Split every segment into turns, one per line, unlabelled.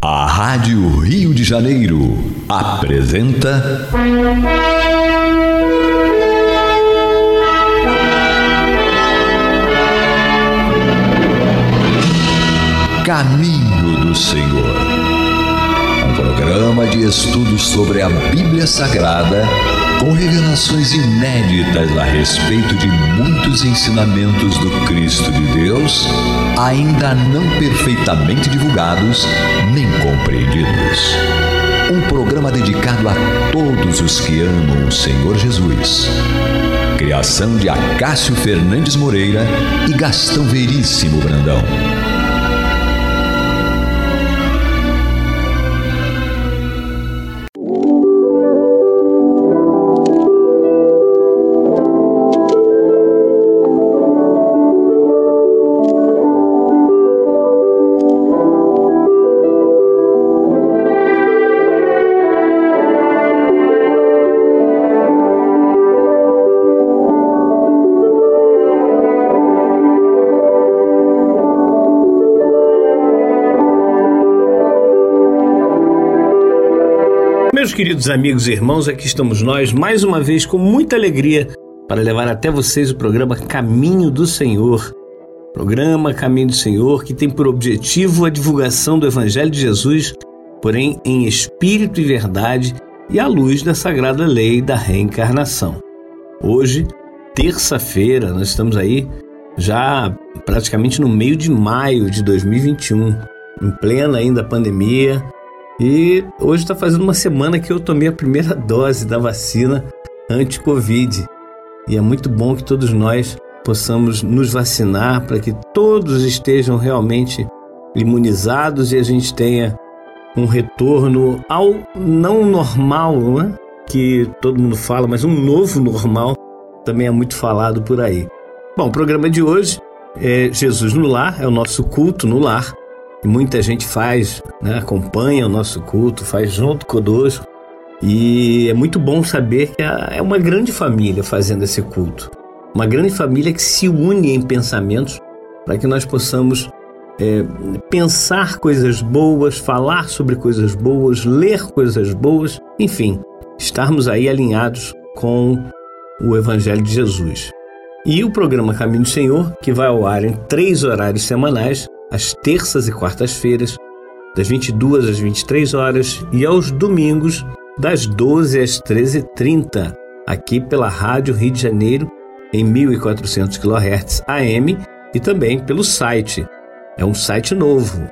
A Rádio Rio de Janeiro apresenta Caminho do Senhor, um programa de estudos sobre a Bíblia Sagrada, com revelações inéditas a respeito de muitos ensinamentos do Cristo de Deus, ainda não perfeitamente divulgados nem compreendidos. Um programa dedicado a todos os que amam o Senhor Jesus. Criação de Acácio Fernandes Moreira e Gastão Veríssimo Brandão.
Meus queridos amigos e irmãos, aqui estamos nós, mais uma vez, com muita alegria, para levar até vocês o programa Caminho do Senhor. Programa Caminho do Senhor, que tem por objetivo a divulgação do Evangelho de Jesus, porém em espírito e verdade e à luz da sagrada lei da reencarnação. Hoje, terça-feira, nós estamos aí já praticamente no meio de maio de 2021, em plena ainda pandemia. E hoje está fazendo uma semana que eu tomei a primeira dose da vacina anti-Covid. E é muito bom que todos nós possamos nos vacinar para que todos estejam realmente imunizados e a gente tenha um retorno ao não normal, né? Que todo mundo fala, mas um novo normal também é muito falado por aí. Bom, o programa de hoje é Jesus no Lar, é o nosso culto no lar. E muita gente faz, né, acompanha o nosso culto, faz junto conosco. E é muito bom saber que é uma grande família fazendo esse culto. Uma grande família que se une em pensamentos para que nós possamos pensar coisas boas, falar sobre coisas boas, ler coisas boas, enfim, estarmos aí alinhados com o Evangelho de Jesus. E o programa Caminho do Senhor, que vai ao ar em 3 horários semanais, às terças e quartas-feiras, das 22 às 23 horas e aos domingos, das 12 às 13h30, aqui pela Rádio Rio de Janeiro, em 1400 kHz AM e também pelo site. É um site novo,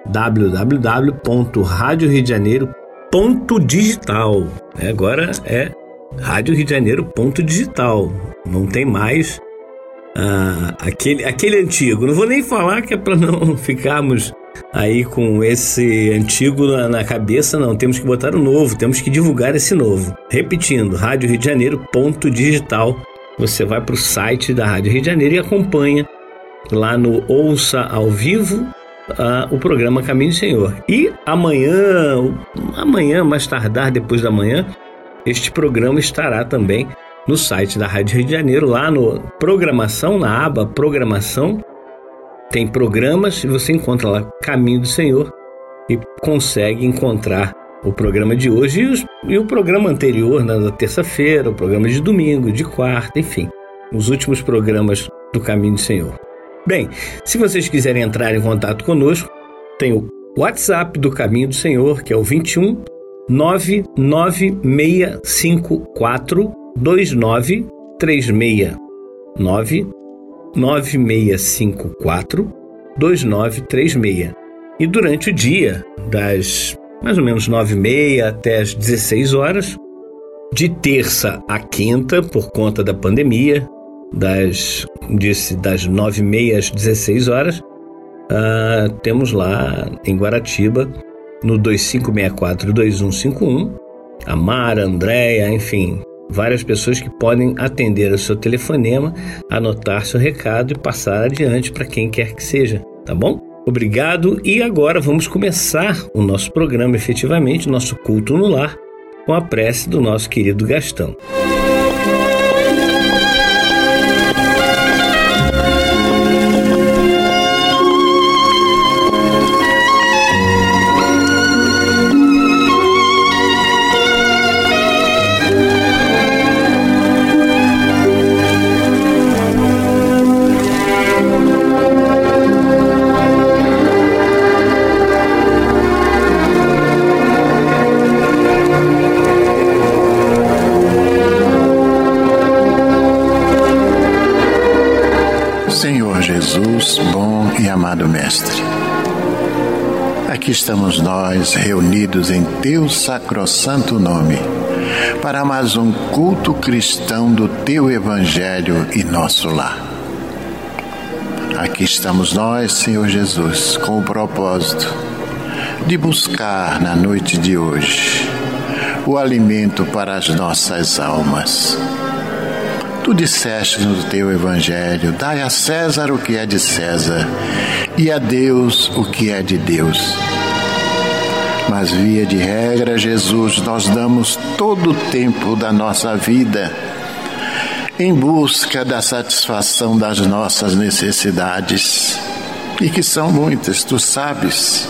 www.radioriodejaneiro.digital. Agora é Rádio Rio de Janeiro.digital. Não tem mais aquele antigo. Não vou nem falar, que é para não ficarmos aí com esse antigo na cabeça, não. Temos que botar o novo, temos que divulgar esse novo. Repetindo, Rádio Rio de Janeiro.digital. Você vai para o site da Rádio Rio de Janeiro e acompanha lá no Ouça ao Vivo o programa Caminho do Senhor. E amanhã, mais tardar, depois da manhã, este programa estará também no site da Rádio Rio de Janeiro, lá no Programação, na aba Programação, tem programas e você encontra lá Caminho do Senhor e consegue encontrar o programa de hoje e o programa anterior, né, da terça-feira, o programa de domingo, de quarta, enfim, os últimos programas do Caminho do Senhor. Bem, se vocês quiserem entrar em contato conosco, tem o WhatsApp do Caminho do Senhor, que é o 21 99654 2936 99654 2936. E durante o dia, das mais ou menos 9h30 até as 16 horas, de terça a quinta, por conta da pandemia, das 9h30 às 16 horas, temos lá em Guaratiba, no 2564-2151, a Mara, a Andréia, enfim, várias pessoas que podem atender o seu telefonema, anotar seu recado e passar adiante para quem quer que seja, tá bom? Obrigado, e agora vamos começar o nosso programa, efetivamente, nosso culto no lar, com a prece do nosso querido Gastão.
aqui estamos nós, reunidos em Teu sacrossanto nome, para mais um culto cristão do Teu Evangelho e nosso lar. Aqui estamos nós, Senhor Jesus, com o propósito de buscar na noite de hoje o alimento para as nossas almas. Tu disseste no Teu Evangelho: dai a César o que é de César e a Deus o que é de Deus. Mas, via de regra, Jesus, nós damos todo o tempo da nossa vida em busca da satisfação das nossas necessidades, e que são muitas, Tu sabes.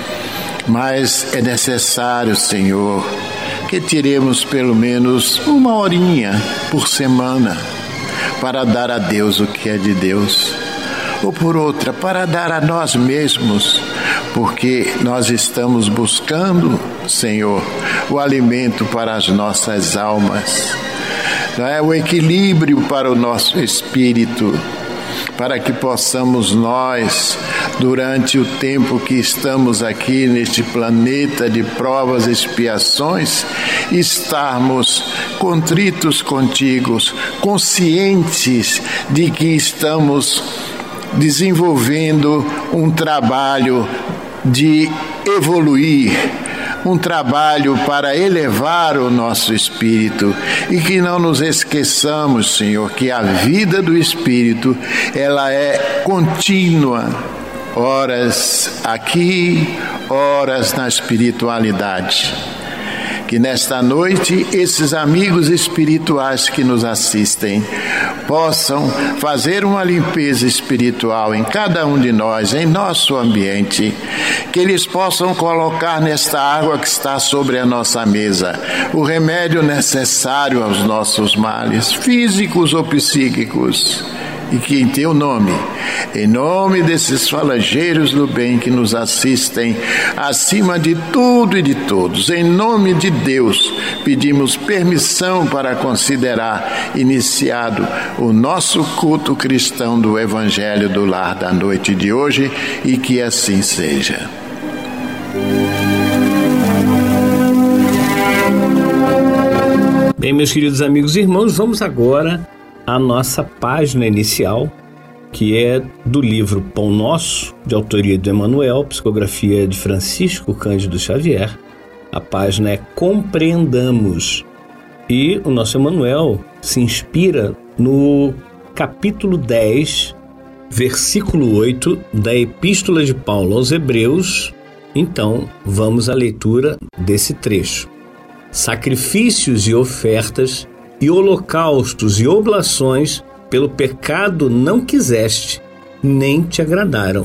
Mas é necessário, Senhor, que tiremos pelo menos uma horinha por semana para dar a Deus o que é de Deus, ou por outra, para dar a nós mesmos, porque nós estamos buscando, Senhor, o alimento para as nossas almas, não é? O equilíbrio para o nosso espírito, para que possamos nós, durante o tempo que estamos aqui neste planeta de provas e expiações, estarmos contritos contigo, conscientes de que estamos desenvolvendo um trabalho de evoluir, um trabalho para elevar o nosso espírito, e que não nos esqueçamos, Senhor, que a vida do espírito, ela é contínua, horas aqui, horas na espiritualidade. Que nesta noite esses amigos espirituais que nos assistem possam fazer uma limpeza espiritual em cada um de nós, em nosso ambiente, que eles possam colocar nesta água que está sobre a nossa mesa o remédio necessário aos nossos males, físicos ou psíquicos, e que em Teu nome, em nome desses falangeiros do bem que nos assistem, acima de tudo e de todos, em nome de Deus, pedimos permissão para considerar iniciado o nosso culto cristão do Evangelho do Lar da noite de hoje, e que assim seja.
Bem, meus queridos amigos e irmãos, vamos agora à nossa página inicial, que é do livro Pão Nosso, de autoria de Emmanuel, psicografia de Francisco Cândido Xavier. A página é Compreendamos. E o nosso Emmanuel se inspira no capítulo 10, versículo 8 da Epístola de Paulo aos Hebreus. Então, vamos à leitura desse trecho. Sacrifícios e ofertas e holocaustos e oblações pelo pecado não quiseste, nem te agradaram.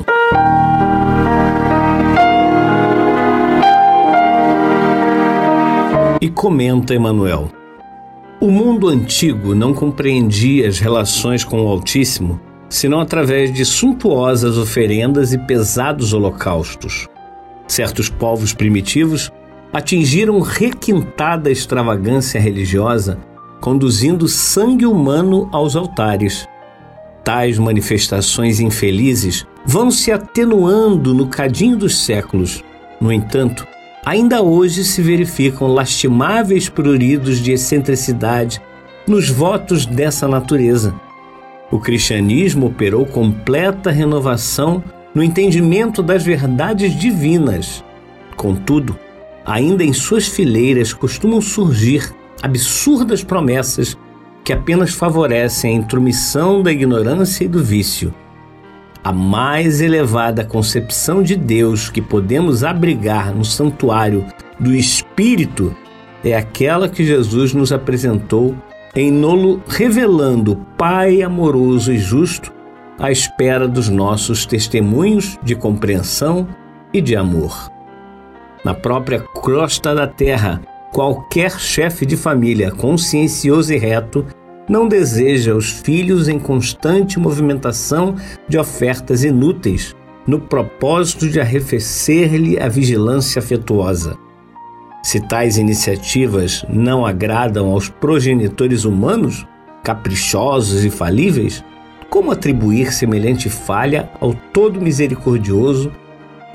E comenta Emmanuel: o mundo antigo não compreendia as relações com o Altíssimo, senão através de suntuosas oferendas e pesados holocaustos. Certos povos primitivos atingiram requintada extravagância religiosa, conduzindo sangue humano aos altares. Tais manifestações infelizes vão se atenuando no cadinho dos séculos. No entanto, ainda hoje se verificam lastimáveis pruridos de excentricidade nos votos dessa natureza. O cristianismo operou completa renovação no entendimento das verdades divinas. Contudo, ainda em suas fileiras costumam surgir absurdas promessas que apenas favorecem a intromissão da ignorância e do vício. A mais elevada concepção de Deus que podemos abrigar no santuário do Espírito é aquela que Jesus nos apresentou em nolo revelando Pai amoroso e justo à espera dos nossos testemunhos de compreensão e de amor. Na própria crosta da terra, qualquer chefe de família consciencioso e reto não deseja os filhos em constante movimentação de ofertas inúteis, no propósito de arrefecer-lhe a vigilância afetuosa. Se tais iniciativas não agradam aos progenitores humanos, caprichosos e falíveis, como atribuir semelhante falha ao Todo Misericordioso,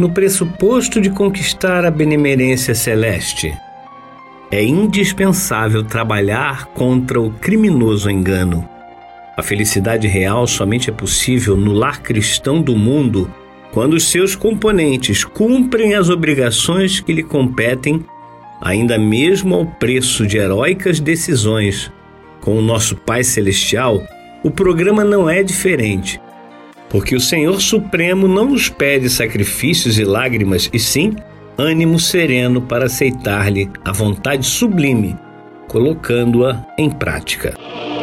no pressuposto de conquistar a benemerência celeste. É indispensável trabalhar contra o criminoso engano. A felicidade real somente é possível no lar cristão do mundo quando os seus componentes cumprem as obrigações que lhe competem, ainda mesmo ao preço de heróicas decisões. Com o nosso Pai Celestial, o programa não é diferente, porque o Senhor Supremo não nos pede sacrifícios e lágrimas, e sim ânimo sereno para aceitar-lhe a vontade sublime, colocando-a em prática.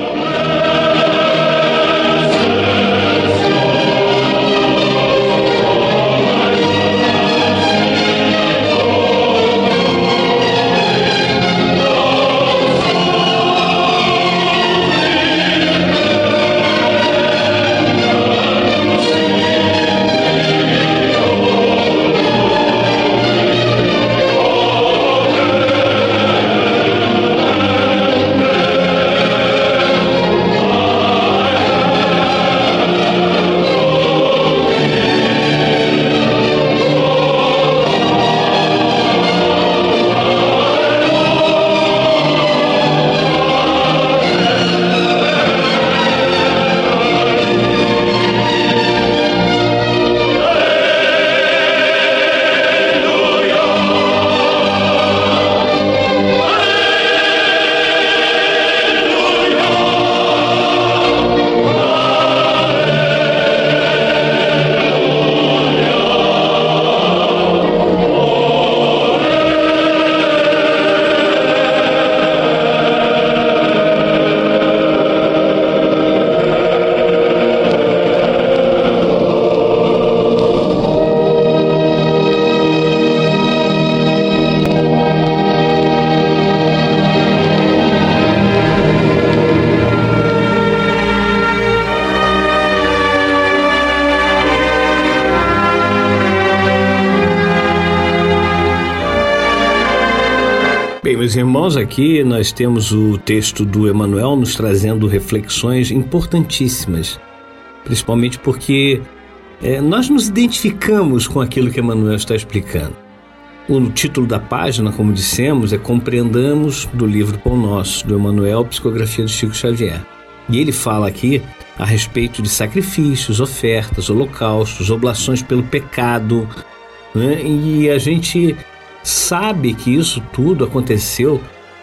Bem, meus irmãos, aqui nós temos o texto do Emmanuel nos trazendo reflexões importantíssimas, principalmente porque nós nos identificamos com aquilo que Emmanuel está explicando. O título da página, como dissemos, é Compreendamos, do livro Pão Nosso, do Emmanuel, Psicografia do Chico Xavier. E ele fala aqui a respeito de sacrifícios, ofertas, holocaustos, oblações pelo pecado, né? E a gente sabe que isso tudo aconteceu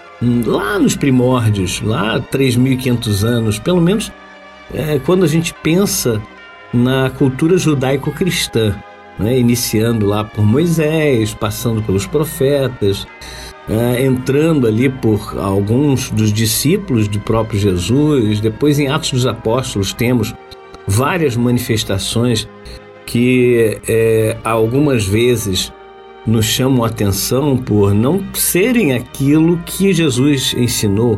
lá nos primórdios, lá 3.500 anos, pelo menos quando a gente pensa na cultura judaico-cristã, né? Iniciando lá por Moisés, passando pelos profetas, entrando ali por alguns dos discípulos do próprio Jesus. Depois, em Atos dos Apóstolos, temos várias manifestações que algumas vezes nos chamam a atenção por não serem aquilo que Jesus ensinou.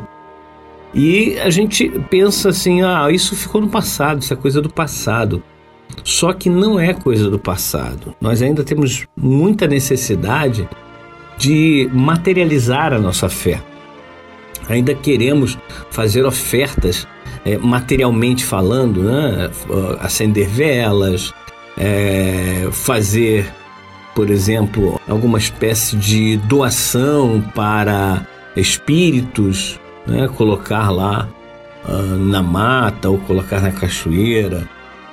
E a gente pensa assim, isso ficou no passado, isso é coisa do passado. Só que não é coisa do passado. Nós ainda temos muita necessidade de materializar a nossa fé. Ainda queremos fazer ofertas, materialmente falando, né? Acender velas, fazer, por exemplo, alguma espécie de doação para espíritos, né? Colocar lá na mata ou colocar na cachoeira,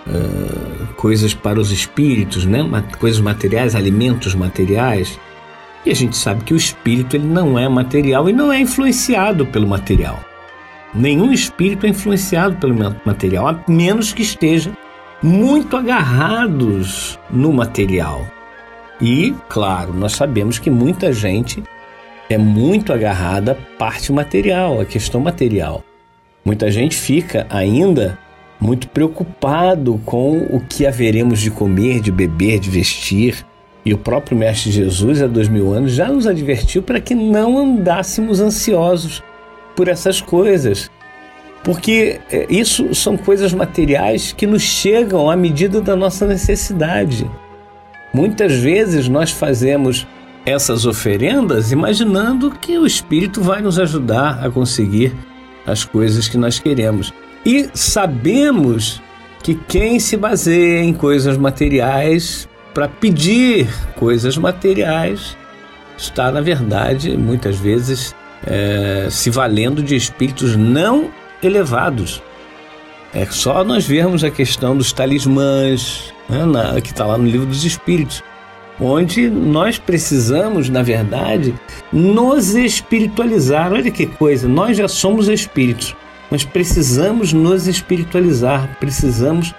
coisas para os espíritos, né? Coisas materiais, alimentos materiais. E a gente sabe que o espírito ele não é material e não é influenciado pelo material. Nenhum espírito é influenciado pelo material, a menos que esteja muito agarrados no material. E, claro, nós sabemos que muita gente é muito agarrada à parte material, à questão material. Muita gente fica ainda muito preocupado com o que haveremos de comer, de beber, de vestir. E o próprio Mestre Jesus, há 2000 anos, já nos advertiu para que não andássemos ansiosos por essas coisas. Porque isso são coisas materiais que nos chegam à medida da nossa necessidade. Muitas vezes nós fazemos essas oferendas imaginando que o Espírito vai nos ajudar a conseguir as coisas que nós queremos. E sabemos que quem se baseia em coisas materiais para pedir coisas materiais está, na verdade, muitas vezes se valendo de espíritos não elevados. É só nós vermos a questão dos talismãs, né, que está lá no Livro dos Espíritos, onde nós precisamos, na verdade, nos espiritualizar. Olha que coisa, nós já somos espíritos, mas precisamos nos espiritualizar, precisamos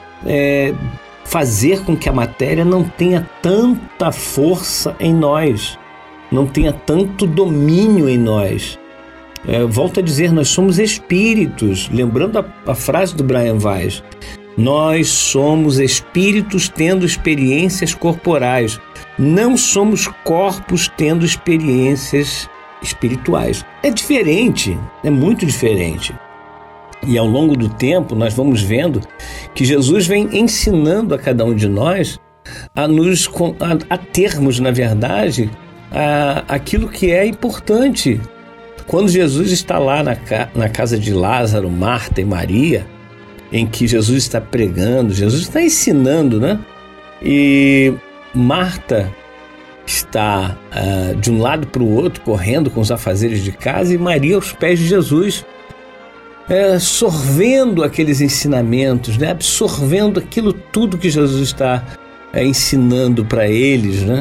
fazer com que a matéria não tenha tanta força em nós, não tenha tanto domínio em nós. Volto a dizer, nós somos espíritos, lembrando a frase do Brian Weiss, nós somos espíritos tendo experiências corporais, não somos corpos tendo experiências espirituais. É diferente, é muito diferente. E ao longo do tempo nós vamos vendo que Jesus vem ensinando a cada um de nós a termos, na verdade, aquilo que é importante. Quando Jesus está lá na casa de Lázaro, Marta e Maria, em que Jesus está pregando, Jesus está ensinando, né? E Marta está de um lado para o outro, correndo com os afazeres de casa, e Maria aos pés de Jesus, sorvendo aqueles ensinamentos, né? Absorvendo aquilo tudo que Jesus está ensinando para eles, né?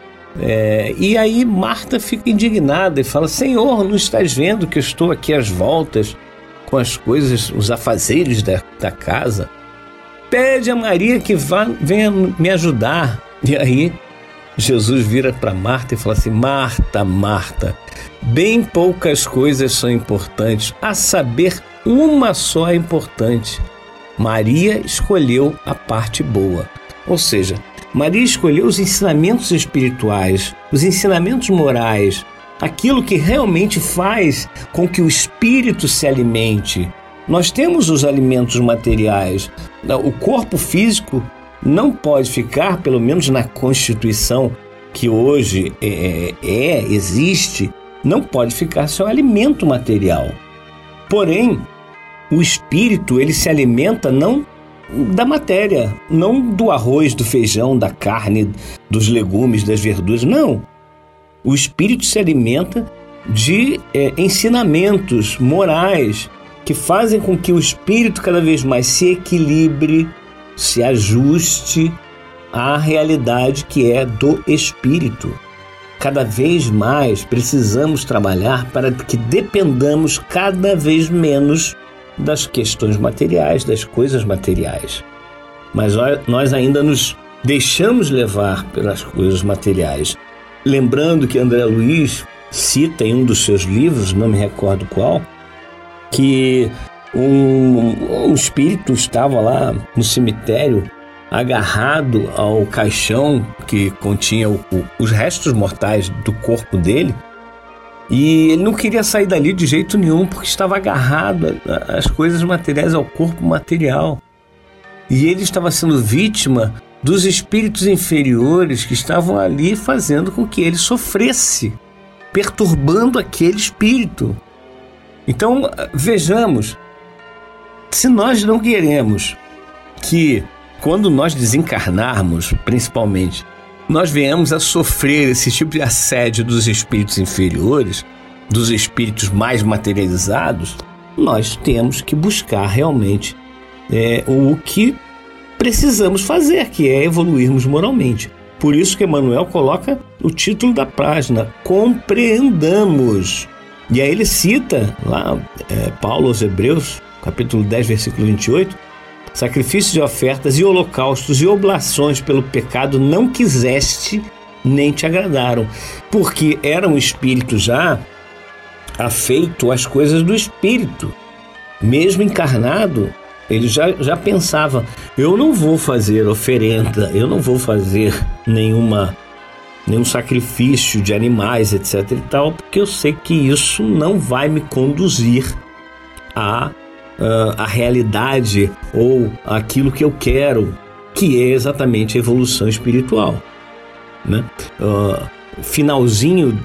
E aí Marta fica indignada e fala: Senhor, não estás vendo que eu estou aqui às voltas com as coisas, os afazeres da casa? Pede a Maria que venha me ajudar. E aí Jesus vira para Marta e fala assim: Marta, Marta, bem poucas coisas são importantes, a saber, uma só é importante. Maria escolheu a parte boa. Ou seja, Maria escolheu os ensinamentos espirituais, os ensinamentos morais, aquilo que realmente faz com que o espírito se alimente. Nós temos os alimentos materiais. O corpo físico não pode ficar, pelo menos na Constituição que hoje existe, não pode ficar sem o alimento material. Porém, o espírito, ele se alimenta não da matéria, não do arroz, do feijão, da carne, dos legumes, das verduras, não. O espírito se alimenta de ensinamentos morais que fazem com que o espírito cada vez mais se equilibre, se ajuste à realidade que é do espírito. Cada vez mais precisamos trabalhar para que dependamos cada vez menos das questões materiais, das coisas materiais. Mas nós ainda nos deixamos levar pelas coisas materiais. Lembrando que André Luiz cita em um dos seus livros, não me recordo qual, que um espírito estava lá no cemitério agarrado ao caixão que continha os restos mortais do corpo dele, e ele não queria sair dali de jeito nenhum, porque estava agarrado às coisas materiais, ao corpo material. E ele estava sendo vítima dos espíritos inferiores que estavam ali fazendo com que ele sofresse, perturbando aquele espírito. Então, vejamos, se nós não queremos que, quando nós desencarnarmos, principalmente, nós venhamos a sofrer esse tipo de assédio dos espíritos inferiores, dos espíritos mais materializados, nós temos que buscar realmente o que precisamos fazer, que é evoluirmos moralmente. Por isso que Emmanuel coloca o título da página, Compreendamos. E aí ele cita lá Paulo aos Hebreus, capítulo 10, versículo 28, sacrifícios de ofertas e holocaustos e oblações pelo pecado não quiseste, nem te agradaram, porque era um espírito já afeito às coisas do espírito. Mesmo encarnado, ele já pensava: eu não vou fazer oferenda, eu não vou fazer nenhum sacrifício de animais, etc e tal, porque eu sei que isso não vai me conduzir a realidade ou aquilo que eu quero, que é exatamente a evolução espiritual, né? Finalzinho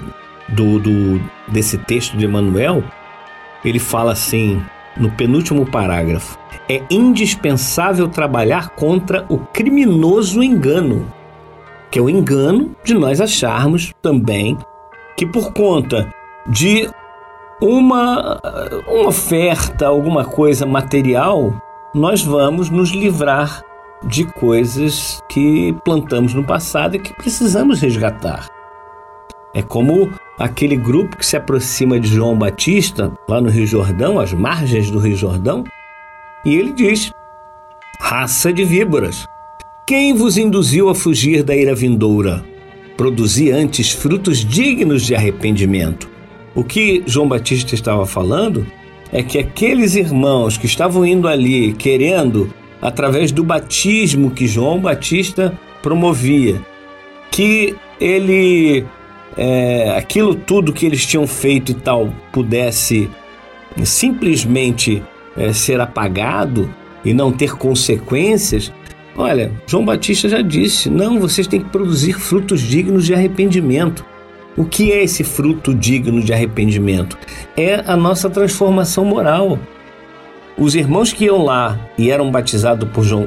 desse texto de Emmanuel, ele fala assim, no penúltimo parágrafo: é indispensável trabalhar contra o criminoso engano, que é o engano de nós acharmos também que por conta de uma oferta, alguma coisa material, nós vamos nos livrar de coisas que plantamos no passado e que precisamos resgatar. É como aquele grupo que se aproxima de João Batista, lá no Rio Jordão, às margens do Rio Jordão, e ele diz: raça de víboras, quem vos induziu a fugir da ira vindoura? Produzi antes frutos dignos de arrependimento. O que João Batista estava falando é que aqueles irmãos que estavam indo ali querendo, através do batismo que João Batista promovia, que ele, aquilo tudo que eles tinham feito e tal, pudesse simplesmente ser apagado e não ter consequências. Olha, João Batista já disse, não, vocês têm que produzir frutos dignos de arrependimento. O que é esse fruto digno de arrependimento? É a nossa transformação moral. Os irmãos que iam lá e eram batizados por João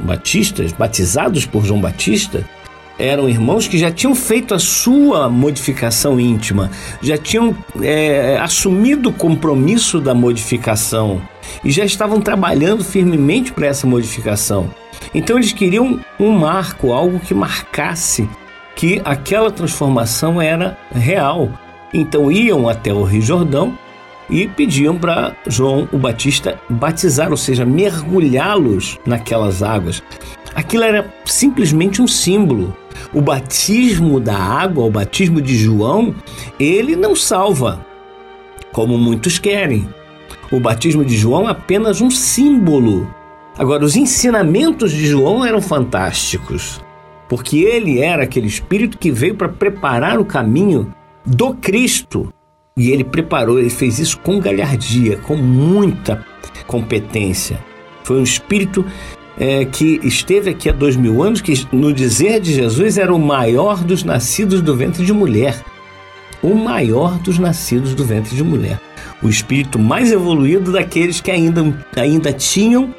Batista, eram irmãos que já tinham feito a sua modificação íntima, já tinham assumido o compromisso da modificação e já estavam trabalhando firmemente para essa modificação. Então eles queriam um marco, algo que marcasse que aquela transformação era real. Então iam até o Rio Jordão e pediam para João o Batista batizar, ou seja, mergulhá-los naquelas águas. Aquilo era simplesmente um símbolo. O batismo da água, o batismo de João, ele não salva, como muitos querem. O batismo de João é apenas um símbolo. Agora, os ensinamentos de João eram fantásticos, porque ele era aquele Espírito que veio para preparar o caminho do Cristo. E ele preparou, ele fez isso com galhardia, com muita competência. Foi um Espírito que esteve aqui há 2000 anos, que no dizer de Jesus era o maior dos nascidos do ventre de mulher. O maior dos nascidos do ventre de mulher. O Espírito mais evoluído daqueles que ainda tinham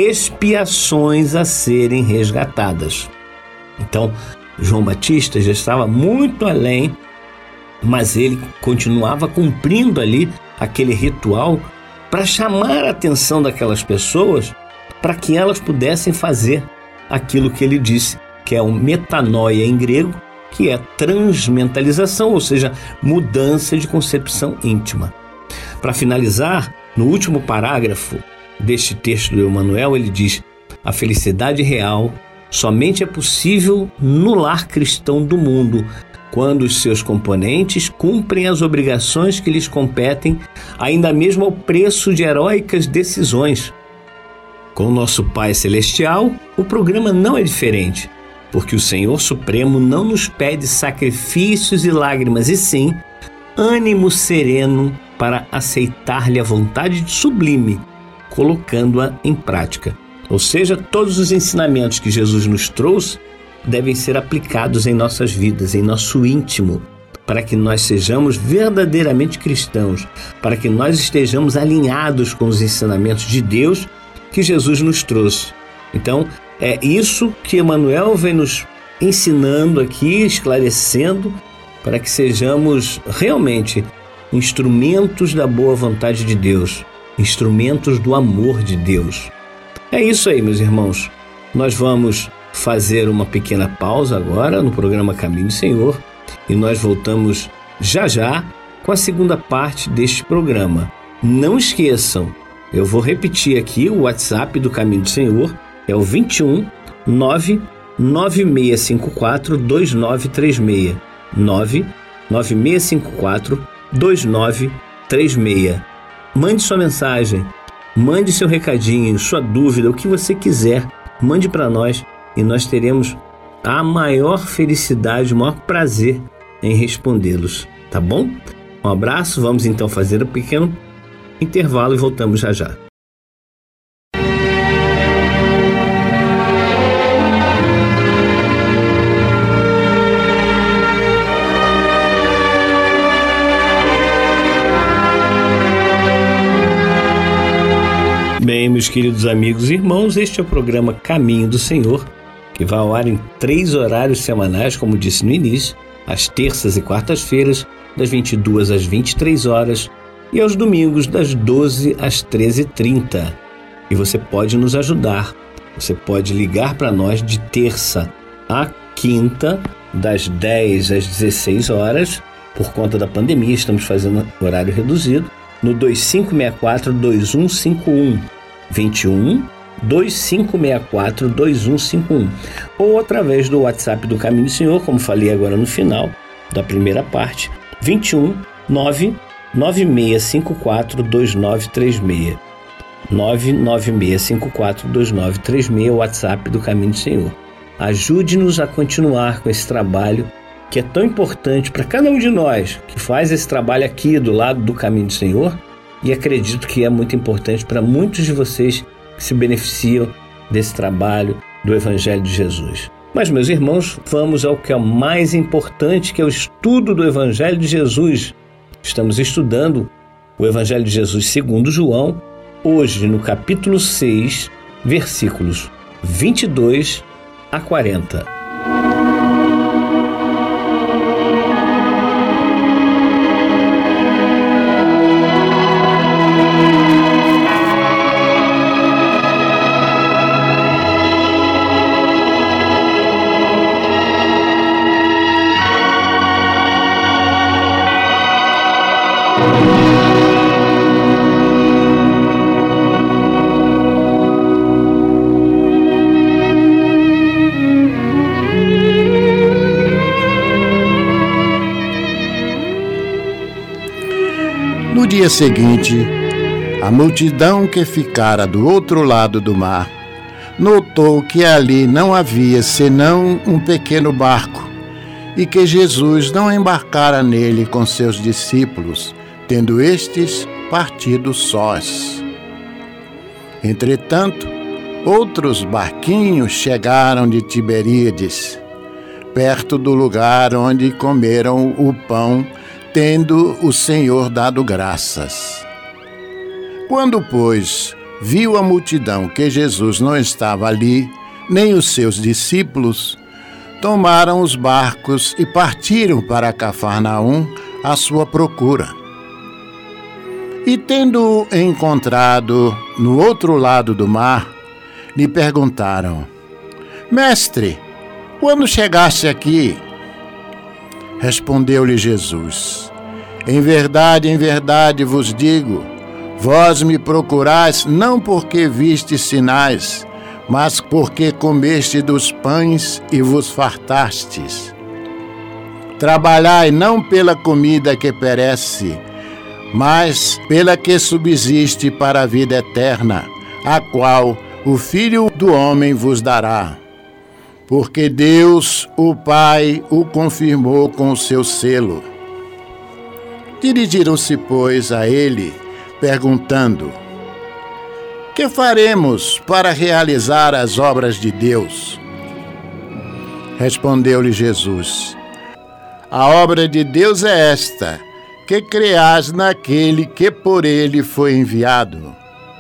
expiações a serem resgatadas. Então, João Batista já estava muito além, mas ele continuava cumprindo ali aquele ritual para chamar a atenção daquelas pessoas, para que elas pudessem fazer aquilo que ele disse, que é o metanoia em grego, que é transmentalização, ou seja, mudança de concepção íntima. Para finalizar, no último parágrafo deste texto do Emmanuel, ele diz: a felicidade real somente é possível no lar cristão do mundo, quando os seus componentes cumprem as obrigações que lhes competem, ainda mesmo ao preço de heróicas decisões. Com o nosso Pai Celestial, o programa não é diferente, porque o Senhor Supremo não nos pede sacrifícios e lágrimas, e sim ânimo sereno para aceitar-lhe a vontade sublime, colocando-a em prática. Ou seja, todos os ensinamentos que Jesus nos trouxe devem ser aplicados em nossas vidas, em nosso íntimo, para que nós sejamos verdadeiramente cristãos, para que nós estejamos alinhados com os ensinamentos de Deus que Jesus nos trouxe. Então, é isso que Emmanuel vem nos ensinando aqui, esclarecendo, para que sejamos realmente instrumentos da boa vontade de Deus, instrumentos do amor de Deus. É isso aí, meus irmãos. Nós vamos fazer uma pequena pausa agora no programa Caminho do Senhor e nós voltamos já com a segunda parte deste programa. Não esqueçam, eu vou repetir aqui o WhatsApp do Caminho do Senhor, é o 21 99654 2936, 99654 2936. Mande sua mensagem, mande seu recadinho, sua dúvida, o que você quiser, mande para nós e nós teremos a maior felicidade, o maior prazer em respondê-los, tá bom? Um abraço, vamos então fazer um pequeno intervalo e voltamos já. Bem, meus queridos amigos e irmãos, este é o programa Caminho do Senhor, que vai ao ar em 3 horários semanais, como disse no início, às terças e quartas-feiras, das 22 às 23 horas, e aos domingos, das 12 às 13h30. E você pode nos ajudar. Você pode ligar para nós de terça a quinta, das 10 às 16 horas. Por conta da pandemia, estamos fazendo horário reduzido, no 2564-2151. 21-2564-2151. Ou através do WhatsApp do Caminho do Senhor, como falei agora no final da primeira parte, 21-99654-2936. 99654-2936, o WhatsApp do Caminho do Senhor. Ajude-nos a continuar com esse trabalho que é tão importante para cada um de nós que faz esse trabalho aqui do lado do Caminho do Senhor, e acredito que é muito importante para muitos de vocês que se beneficiam desse trabalho do Evangelho de Jesus. Mas, meus irmãos, vamos ao que é o mais importante, que é o estudo do Evangelho de Jesus. Estamos estudando o Evangelho de Jesus segundo João, hoje no capítulo 6, versículos 22 a 40.
No dia seguinte, a multidão que ficara do outro lado do mar notou que ali não havia senão um pequeno barco e que Jesus não embarcara nele com seus discípulos, tendo estes partido sós. Entretanto, outros barquinhos chegaram de Tiberíades, perto do lugar onde comeram o pão, tendo o Senhor dado graças. Quando, pois, viu a multidão que Jesus não estava ali, nem os seus discípulos, tomaram os barcos e partiram para Cafarnaum à sua procura. E tendo-o encontrado no outro lado do mar, lhe perguntaram: Mestre, quando chegaste aqui? Respondeu-lhe Jesus: em verdade vos digo, vós me procurais não porque vistes sinais, mas porque comeste dos pães e vos fartastes. Trabalhai não pela comida que perece, mas pela que subsiste para a vida eterna, a qual o Filho do Homem vos dará. Porque Deus, o Pai, o confirmou com o seu selo. Dirigiram-se, pois, a ele, perguntando: que faremos para realizar as obras de Deus? Respondeu-lhe Jesus: a obra de Deus é esta, que creais naquele que por ele foi enviado.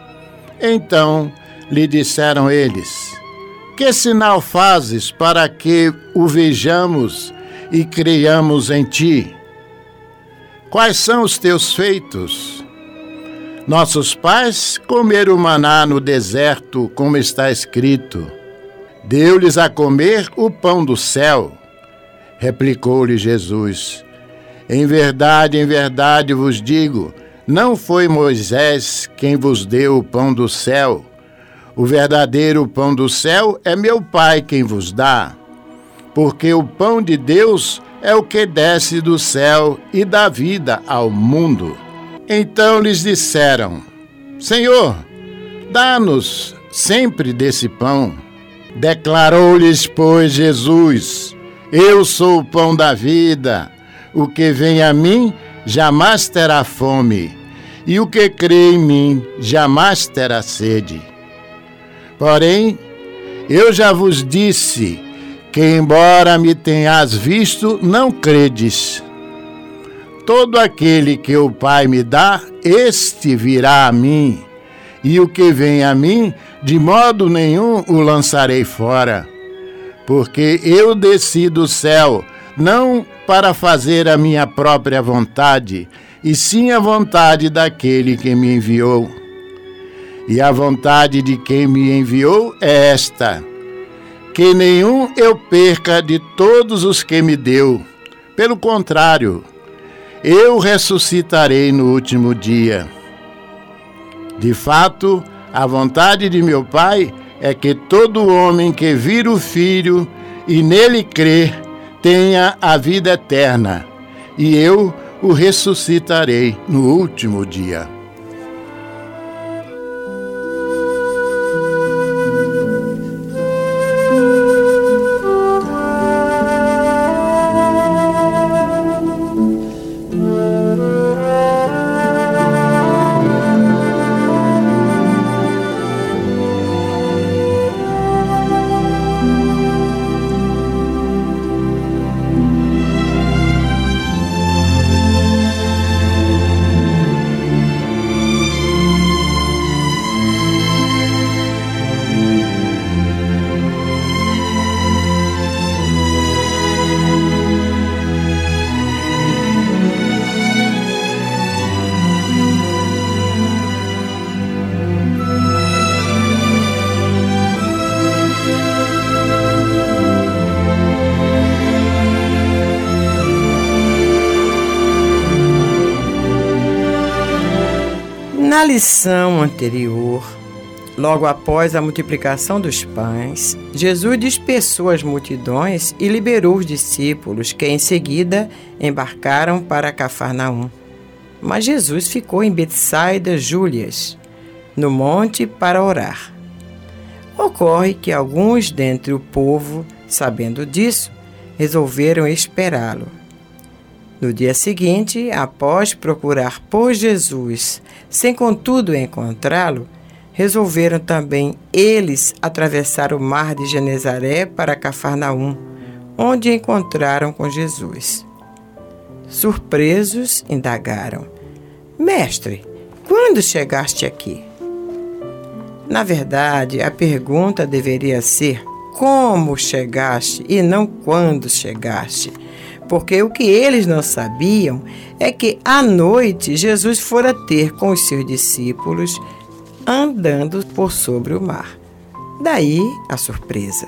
Então lhe disseram eles: que sinal fazes para que o vejamos e creiamos em ti? Quais são os teus feitos? Nossos pais comeram maná no deserto, como está escrito: deu-lhes a comer o pão do céu. Replicou-lhe Jesus: em verdade vos digo, não foi Moisés quem vos deu o pão do céu. O verdadeiro pão do céu é meu Pai quem vos dá. Porque o pão de Deus é o que desce do céu e dá vida ao mundo. Então lhes disseram: Senhor, dá-nos sempre desse pão. Declarou-lhes, pois, Jesus: eu sou o pão da vida. O que vem a mim jamais terá fome, e o que crê em mim jamais terá sede. Porém, eu já vos disse que, embora me tenhas visto, não credes. Todo aquele que o Pai me dá, este virá a mim, e o que vem a mim, de modo nenhum o lançarei fora. porque eu desci do céu, não para fazer a minha própria vontade, e sim a vontade daquele que me enviou. E a vontade de quem me enviou é esta: que nenhum eu perca de todos os que me deu. Pelo contrário, eu ressuscitarei no último dia. De fato, a vontade de meu Pai é que todo homem que vir o Filho e nele crer tenha a vida eterna, e eu o ressuscitarei no último dia.
Na lição anterior, logo após a multiplicação dos pães, Jesus dispersou as multidões e liberou os discípulos, que em seguida embarcaram para Cafarnaum. Mas Jesus ficou em Betsaida Júlias, no monte, para orar. Ocorre que alguns dentre o povo, sabendo disso, resolveram esperá-lo. No dia seguinte, após procurar por Jesus, sem contudo encontrá-lo, resolveram também eles atravessar o mar de Genezaré para Cafarnaum, onde encontraram com Jesus. Surpresos, indagaram: Mestre, quando chegaste aqui? Na verdade, a pergunta deveria ser como chegaste e não quando chegaste. Porque o que eles não sabiam é que à noite Jesus fora ter com os seus discípulos andando por sobre o mar. Daí a surpresa.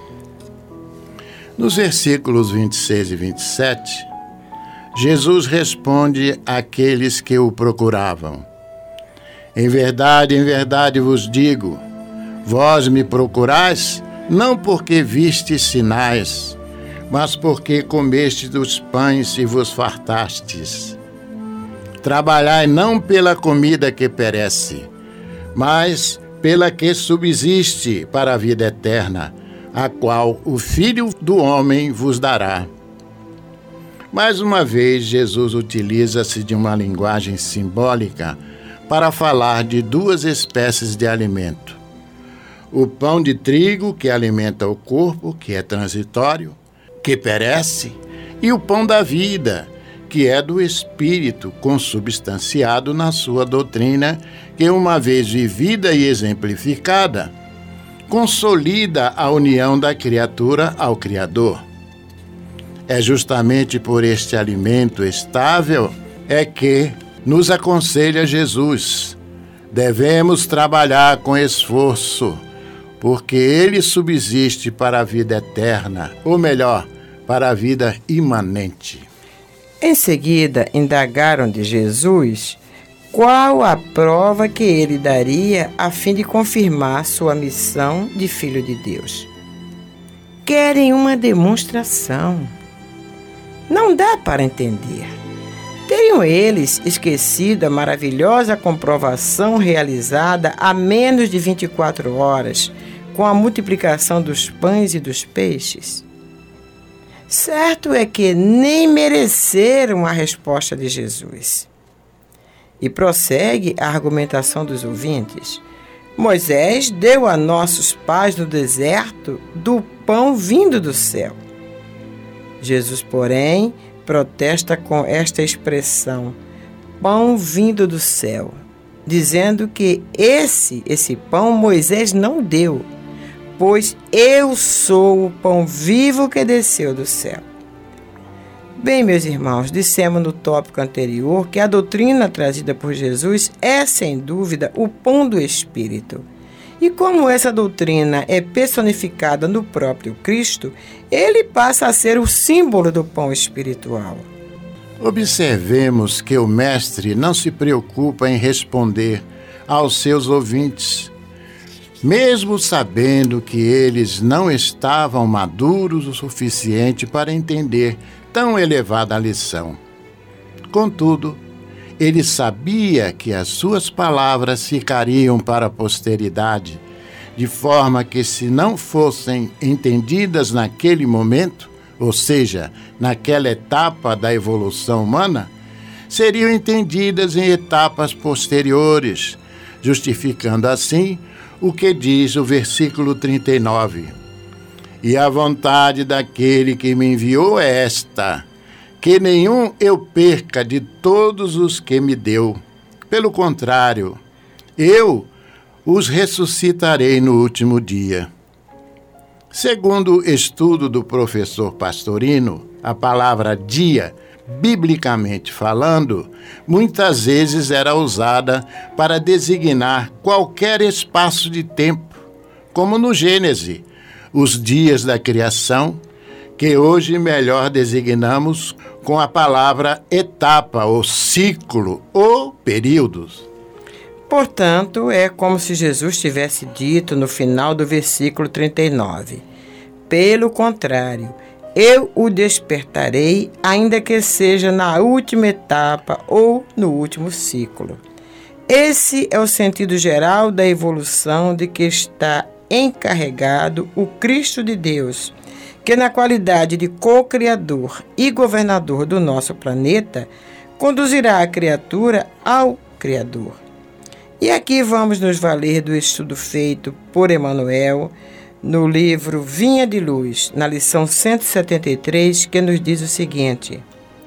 Nos versículos 26 e 27, Jesus responde àqueles que o procuravam: em verdade vos digo, vós me procurais não porque vistes sinais, mas porque comestes dos pães e vos fartastes. Trabalhai não pela comida que perece, mas pela que subsiste para a vida eterna, a qual o Filho do Homem vos dará. Mais uma vez, Jesus utiliza-se de uma linguagem simbólica para falar de duas espécies de alimento: o pão de trigo, que alimenta o corpo, que é transitório, que perece, e o pão da vida, que é do Espírito, consubstanciado na sua doutrina, que, uma vez vivida e exemplificada, consolida a união da criatura ao Criador. É justamente por este alimento estável é que nos aconselha Jesus: devemos trabalhar com esforço, porque ele subsiste para a vida eterna, ou melhor, para a vida imanente.
Em seguida, indagaram de Jesus qual a prova que ele daria a fim de confirmar sua missão de Filho de Deus. Querem uma demonstração. Não dá para entender. Teriam eles esquecido a maravilhosa comprovação realizada há menos de 24 horas com a multiplicação dos pães e dos peixes? Certo é que nem mereceram a resposta de Jesus. E prossegue a argumentação dos ouvintes: Moisés deu a nossos pais no deserto do pão vindo do céu. Jesus, porém, protesta com esta expressão, pão vindo do céu, dizendo que esse pão Moisés não deu, pois eu sou o pão vivo que desceu do céu. Bem, meus irmãos, dissemos no tópico anterior que a doutrina trazida por Jesus é, sem dúvida, o pão do Espírito. E como essa doutrina é personificada no próprio Cristo, ele passa a ser o símbolo do pão espiritual.
Observemos que o Mestre não se preocupa em responder aos seus ouvintes, mesmo sabendo que eles não estavam maduros o suficiente para entender tão elevada lição. Contudo, ele sabia que as suas palavras ficariam para a posteridade, de forma que, se não fossem entendidas naquele momento, ou seja, naquela etapa da evolução humana, seriam entendidas em etapas posteriores, justificando assim o que diz o versículo 39. E a vontade daquele que me enviou é esta, que nenhum eu perca de todos os que me deu. Pelo contrário, eu os ressuscitarei no último dia. Segundo o estudo do professor Pastorino, a palavra dia, biblicamente falando, muitas vezes era usada para designar qualquer espaço de tempo, como no Gênesis, os dias da criação, que hoje melhor designamos com a palavra etapa, ou ciclo, ou períodos.
Portanto, é como se Jesus tivesse dito no final do versículo 39. Pelo contrário, eu o despertarei, ainda que seja na última etapa ou no último ciclo. Esse é o sentido geral da evolução de que está encarregado o Cristo de Deus, que na qualidade de co-criador e governador do nosso planeta, conduzirá a criatura ao Criador. E aqui vamos nos valer do estudo feito por Emmanuel no livro Vinha de Luz, na lição 173, que nos diz o seguinte: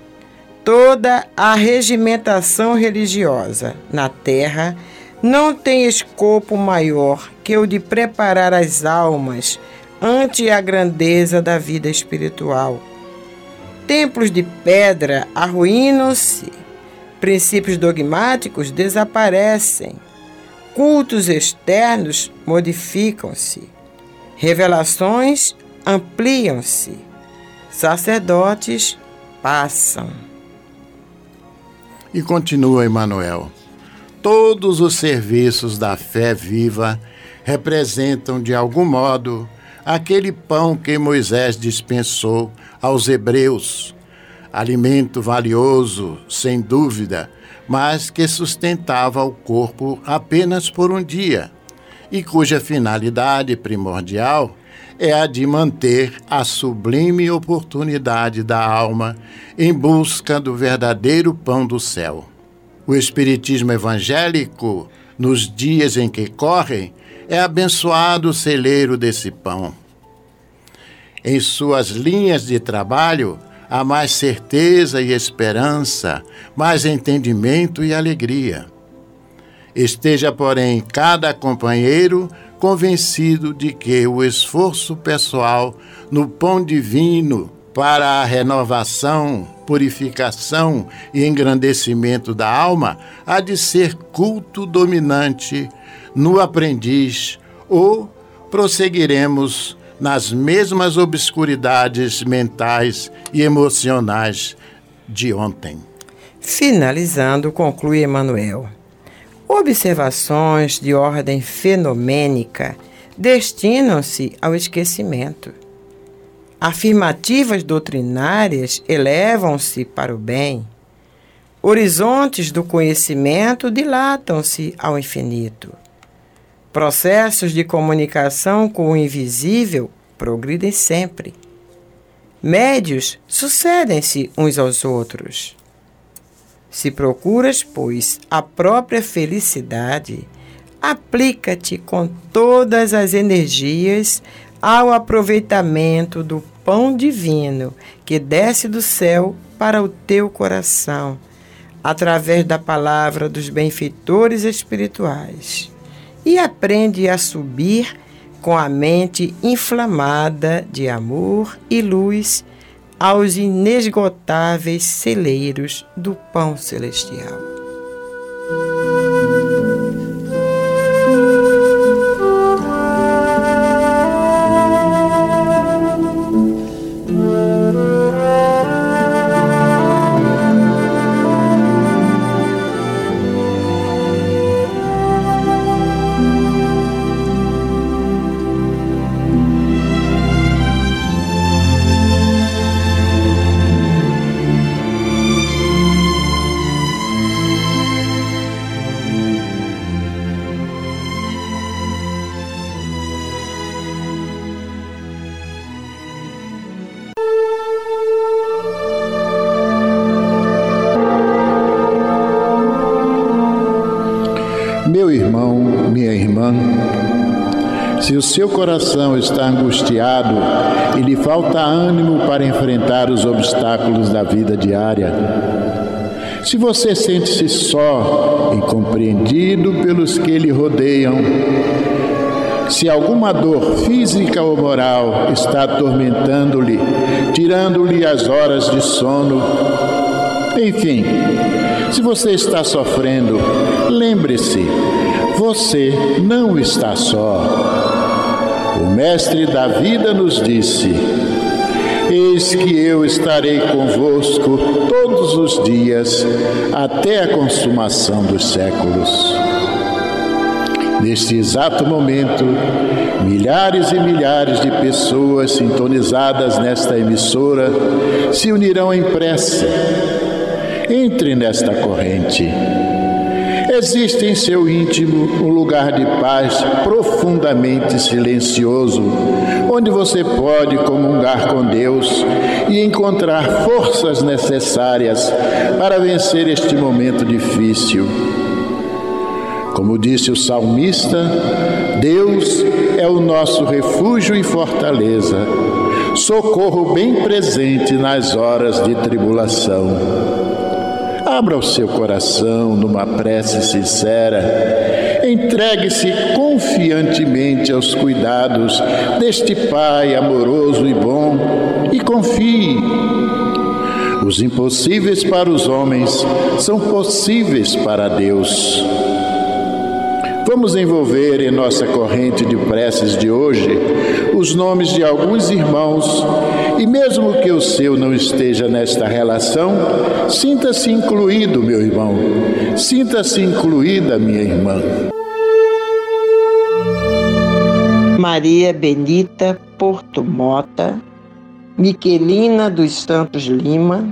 toda a regimentação religiosa na Terra não tem escopo maior que o de preparar as almas ante a grandeza da vida espiritual. Templos de pedra arruinam-se, princípios dogmáticos desaparecem, cultos externos modificam-se, revelações ampliam-se, sacerdotes passam.
E continua Emmanuel: todos os serviços da fé viva representam, de algum modo, aquele pão que Moisés dispensou aos hebreus, alimento valioso, sem dúvida, mas que sustentava o corpo apenas por um dia, e cuja finalidade primordial é a de manter a sublime oportunidade da alma em busca do verdadeiro pão do céu. O Espiritismo evangélico, nos dias em que correm, é abençoado celeiro desse pão. Em suas linhas de trabalho, há mais certeza e esperança, mais entendimento e alegria. Esteja, porém, cada companheiro convencido de que o esforço pessoal no pão divino para a renovação, purificação e engrandecimento da alma há de ser culto dominante no aprendiz, ou prosseguiremos nas mesmas obscuridades mentais e emocionais de ontem.
Finalizando, conclui Emmanuel: observações de ordem fenomênica destinam-se ao esquecimento. Afirmativas doutrinárias elevam-se para o bem. Horizontes do conhecimento dilatam-se ao infinito. Processos de comunicação com o invisível progridem sempre. Médios sucedem-se uns aos outros. Se procuras, pois, a própria felicidade, aplica-te com todas as energias ao aproveitamento do pão divino que desce do céu para o teu coração, através da palavra dos benfeitores espirituais, e aprende a subir com a mente inflamada de amor e luz aos inesgotáveis celeiros do pão celestial.
Meu irmão, minha irmã, se o seu coração está angustiado e lhe falta ânimo para enfrentar os obstáculos da vida diária, se você sente-se só, incompreendido pelos que lhe rodeiam, se alguma dor física ou moral está atormentando-lhe, tirando-lhe as horas de sono, enfim, se você está sofrendo, lembre-se, você não está só. O Mestre da vida nos disse: eis que eu estarei convosco todos os dias, até a consumação dos séculos. Neste exato momento, milhares e milhares de pessoas sintonizadas nesta emissora se unirão em prece. Entre nesta corrente. Existe em seu íntimo um lugar de paz profundamente silencioso, onde você pode comungar com Deus e encontrar forças necessárias para vencer este momento difícil. Como disse o salmista, Deus é o nosso refúgio e fortaleza, socorro bem presente nas horas de tribulação. Abra o seu coração numa prece sincera. Entregue-se confiantemente aos cuidados deste Pai amoroso e bom e confie. Os impossíveis para os homens são possíveis para Deus. Vamos envolver em nossa corrente de preces de hoje os nomes de alguns irmãos e mesmo que o seu não esteja nesta relação, sinta-se incluído, meu irmão, sinta-se incluída, minha irmã.
Maria Benita Porto Mota, Miquelina dos Santos Lima,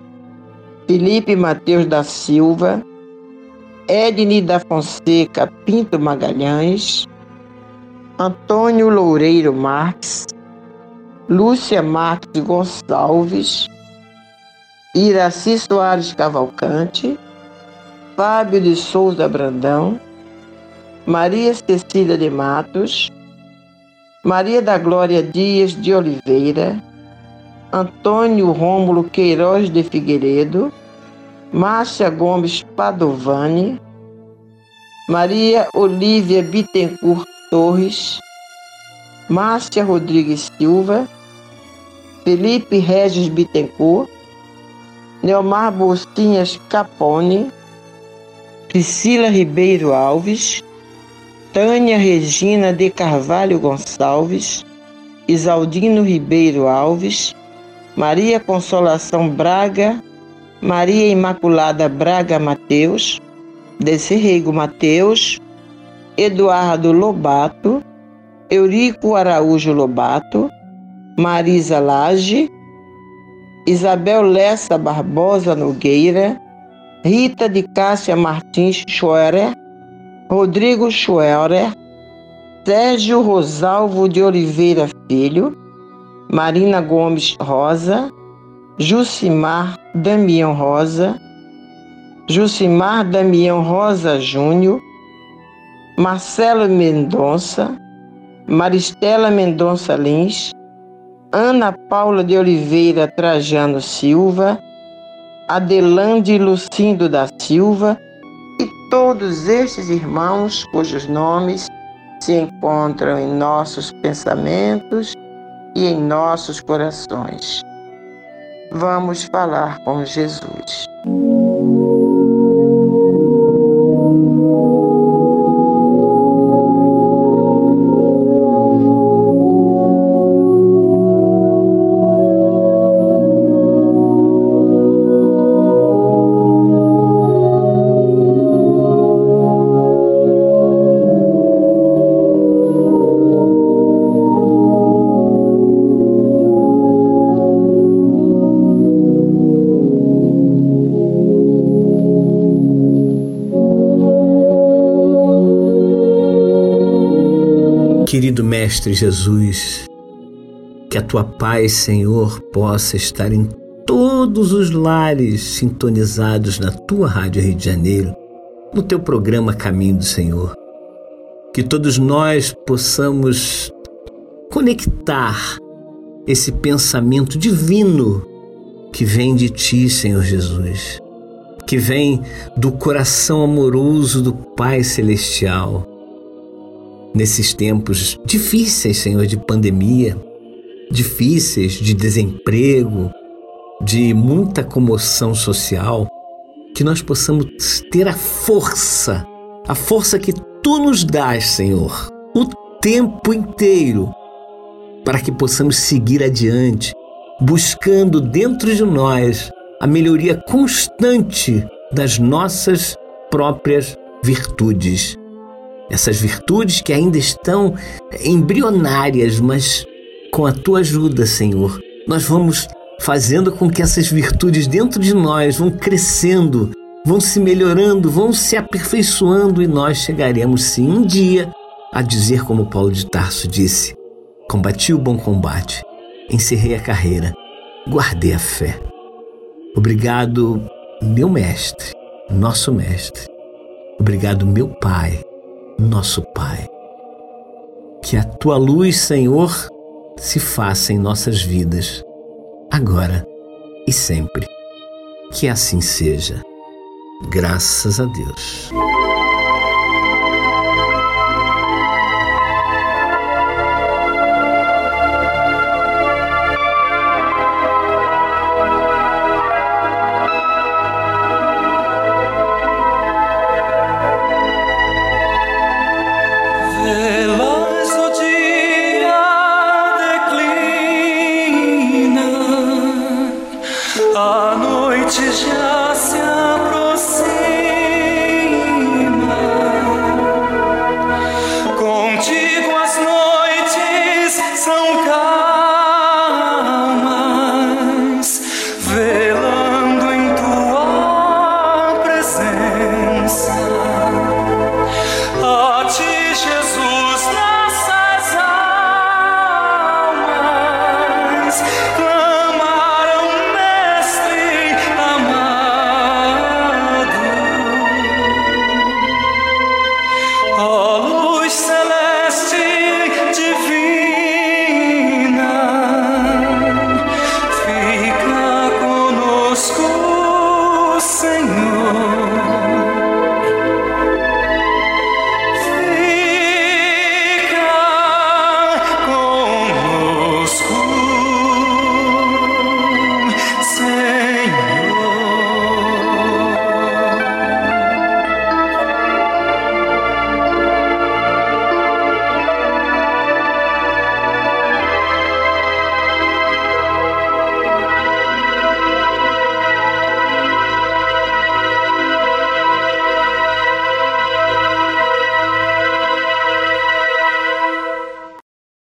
Felipe Mateus da Silva, Edne da Fonseca Pinto Magalhães, Antônio Loureiro Marques, Lúcia Marques Gonçalves, Iraci Soares Cavalcante, Fábio de Souza Brandão, Maria Cecília de Matos, Maria da Glória Dias de Oliveira, Antônio Rômulo Queiroz de Figueiredo, Márcia Gomes Padovani, Maria Olívia Bittencourt Torres, Márcia Rodrigues Silva, Felipe Regis Bittencourt, Neomar Bolsinhas Capone, Priscila Ribeiro Alves, Tânia Regina de Carvalho Gonçalves, Isaldino Ribeiro Alves, Maria Consolação Braga, Maria Imaculada Braga Mateus, Desserrego Mateus, Eduardo Lobato, Eurico Araújo Lobato, Marisa Lage, Isabel Lessa Barbosa Nogueira, Rita de Cássia Martins Schoerer, Rodrigo Schoerer, Sérgio Rosalvo de Oliveira Filho, Marina Gomes Rosa, Jucimar Damião Rosa, Jucimar Damião Rosa Júnior, Marcelo Mendonça, Maristela Mendonça Lins, Ana Paula de Oliveira Trajano Silva, Adelande Lucindo da Silva e todos estes irmãos cujos nomes se encontram em nossos pensamentos e em nossos corações. Vamos falar com Jesus.
Querido Mestre Jesus, que a Tua paz, Senhor, possa estar em todos os lares sintonizados na Tua Rádio Rio de Janeiro, no Teu programa Caminho do Senhor. Que todos nós possamos conectar esse pensamento divino que vem de Ti, Senhor Jesus, que vem do coração amoroso do Pai Celestial. Nesses tempos difíceis, Senhor, de pandemia, difíceis de desemprego, de muita comoção social, que nós possamos ter a força que Tu nos dás, Senhor, o tempo inteiro, para que possamos seguir adiante, buscando dentro de nós a melhoria constante das nossas próprias virtudes. Essas virtudes que ainda estão embrionárias, mas com a Tua ajuda, Senhor, nós vamos fazendo com que essas virtudes dentro de nós vão crescendo, vão se melhorando, vão se aperfeiçoando e nós chegaremos, sim, um dia a dizer como Paulo de Tarso disse: combati o bom combate, encerrei a carreira, guardei a fé. Obrigado, meu Mestre, nosso Mestre. Obrigado, meu Pai, nosso Pai. Que a Tua luz, Senhor, se faça em nossas vidas, agora e sempre. Que assim seja. Graças a Deus.